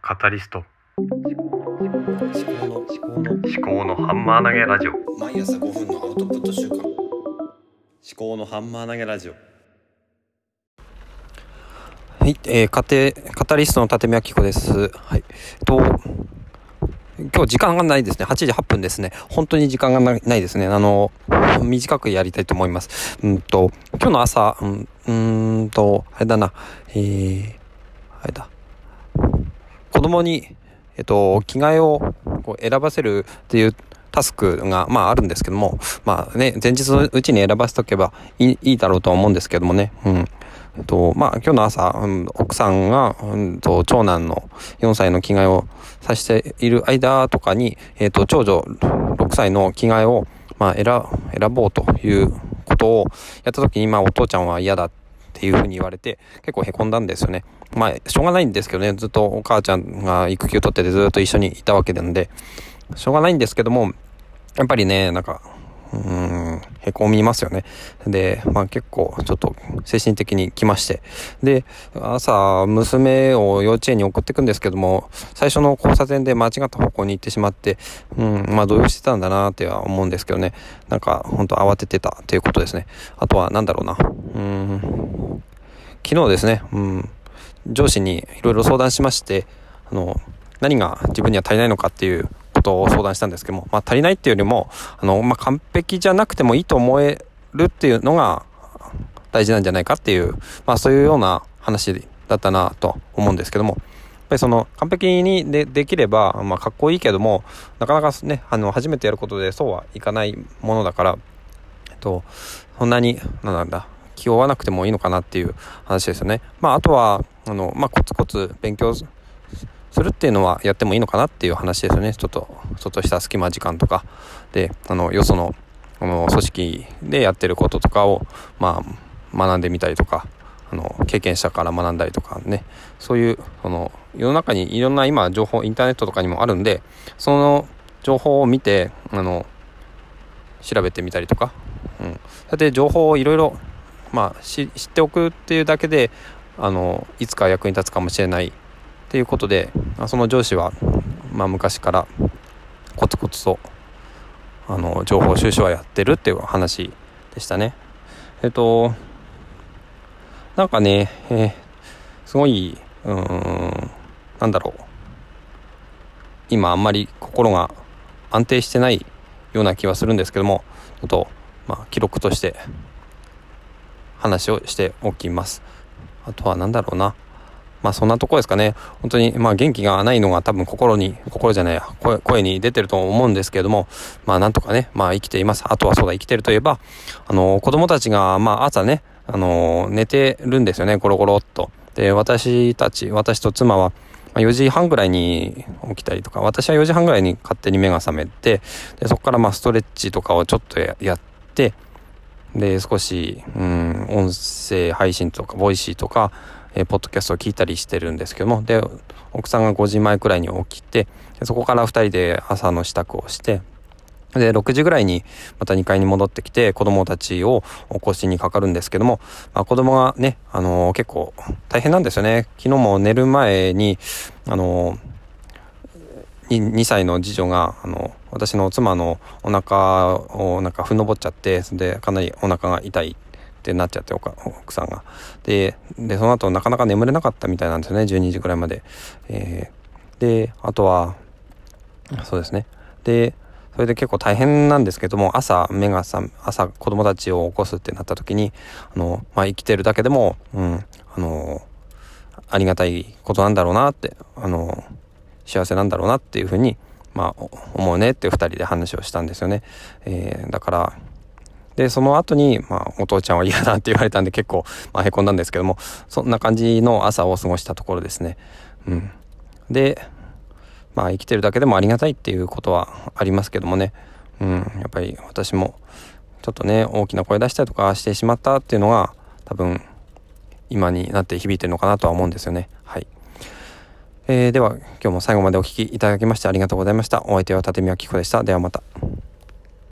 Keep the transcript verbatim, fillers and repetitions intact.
カタリスト思考の思考の思考のハンマー投げラジオ。 毎朝ごふんのアウトプット週間。思考のハンマー投げラジオ。 はい、えー、カテカタリストの立見明子です。はい、えっと今日時間がないですね。はちじはっぷんですね。本当に時間がないないですね。あの短くやりたいと思います。うんと今日の朝、うん、うーんとあれだな、えー、あれだ。子供にえっと着替えをこう選ばせるっていうタスクがまああるんですけども、まあね前日のうちに選ばせとけばいい、いいだろうとは思うんですけどもね。うん。えっとまあ今日の朝、うん、奥さんが、うん、と長男のよんさいの着替えをさせている間とかに、えっと長女ろくさいの着替えをまあ選選ぼうということをやった時に、まあお父ちゃんは嫌だっていうふうに言われて結構へこんだんですよね。まあしょうがないんですけどね、ずっとお母ちゃんが育休取っててずっと一緒にいたわけなんでしょうがないんですけども、やっぱりねなんかうーんへこみますよね。でまあ結構ちょっと精神的にきまして、で朝娘を幼稚園に送っていくんですけども、最初の交差点で間違った方向に行ってしまって、うんまあ動揺してたんだなっては思うんですけどね、なんか本当慌ててたということですね。あとはなんだろうな、うーん昨日ですね、うん上司にいろいろ相談しまして、あの何が自分には足りないのかっていうことを相談したんですけども、まあ、足りないっていうよりもあの、まあ、完璧じゃなくてもいいと思えるっていうのが大事なんじゃないかっていう、まあ、そういうような話だったなと思うんですけども、やっぱりその完璧に で, できれば、まあ、かっこいいけどもなかなかねあの初めてやることでそうはいかないものだから、えっと、そんなになんなんだ気負わなくてもいいのかなっていう話ですよね。まああとはあの、まあ、コツコツ勉強するっていうのはやってもいいのかなっていう話ですよね。ちょっとちょっとした隙間時間とかであのよその、あの組織でやってることとかを、まあ、学んでみたりとか、あの経験者から学んだりとかね、そういうその世の中にいろんな今情報インターネットとかにもあるんで、その情報を見てあの調べてみたりとか、うん、そうやって情報をいろいろまあ、知っておくっていうだけであのいつか役に立つかもしれないっていうことで、その上司は、まあ、昔からコツコツとあの情報収集はやってるっていう話でしたね。えっとなんかね、えー、すごいうーんなんだろう今あんまり心が安定してないような気はするんですけども、ちょっと、まあ、記録として話をしておきます。あとはなんだろうな、まあそんなところですかね。本当にまあ元気がないのが多分心に心じゃないや 声, 声に出てると思うんですけれども、まあなんとかねまあ生きています。あとはそうだ生きてるといえばあの子供たちがまあ朝ねあの寝てるんですよね、ゴロゴロっと。で私たち私と妻はよじはんぐらいに起きたりとか、私はよじはんぐらいに勝手に目が覚めて、でそこからまあストレッチとかをちょっと や, やってで少し、うん、音声配信とかボイシーとか、えー、ポッドキャストを聞いたりしてるんですけども、で奥さんがごじまえくらいに起きて、でそこからふたりで朝の支度をして、でろくじぐらいにまたにかいに戻ってきて子供たちを起こしにかかるんですけども、まあ、子供がね、あのー、結構大変なんですよね。昨日も寝る前にあのーにさいの次女があの私の妻のお腹をなんかふんのぼっちゃって、でかなりお腹が痛いってなっちゃって、奥さんがででその後なかなか眠れなかったみたいなんですよね、じゅうにじぐらいまで、えー、であとはそうですね、でそれで結構大変なんですけども、朝目が覚め朝子供たちを起こすってなった時にあの、まあ、生きてるだけでも、うん、あのありがたいことなんだろうなって、あの幸せなんだろうなっていうふうに、まあ、思うねってふたりで話をしたんですよね。えー、だからでその後に、まあ、お父ちゃんは嫌だって言われたんで結構、まあ、へこんだんですけども、そんな感じの朝を過ごしたところですね。うん、でまあ生きてるだけでもありがたいっていうことはありますけどもね、うん、やっぱり私もちょっとね大きな声出したりとかしてしまったっていうのが多分今になって響いてるのかなとは思うんですよね。はい。えー、では今日も最後までお聞きいただきましてありがとうございました。お相手は立見明子でした。ではまた。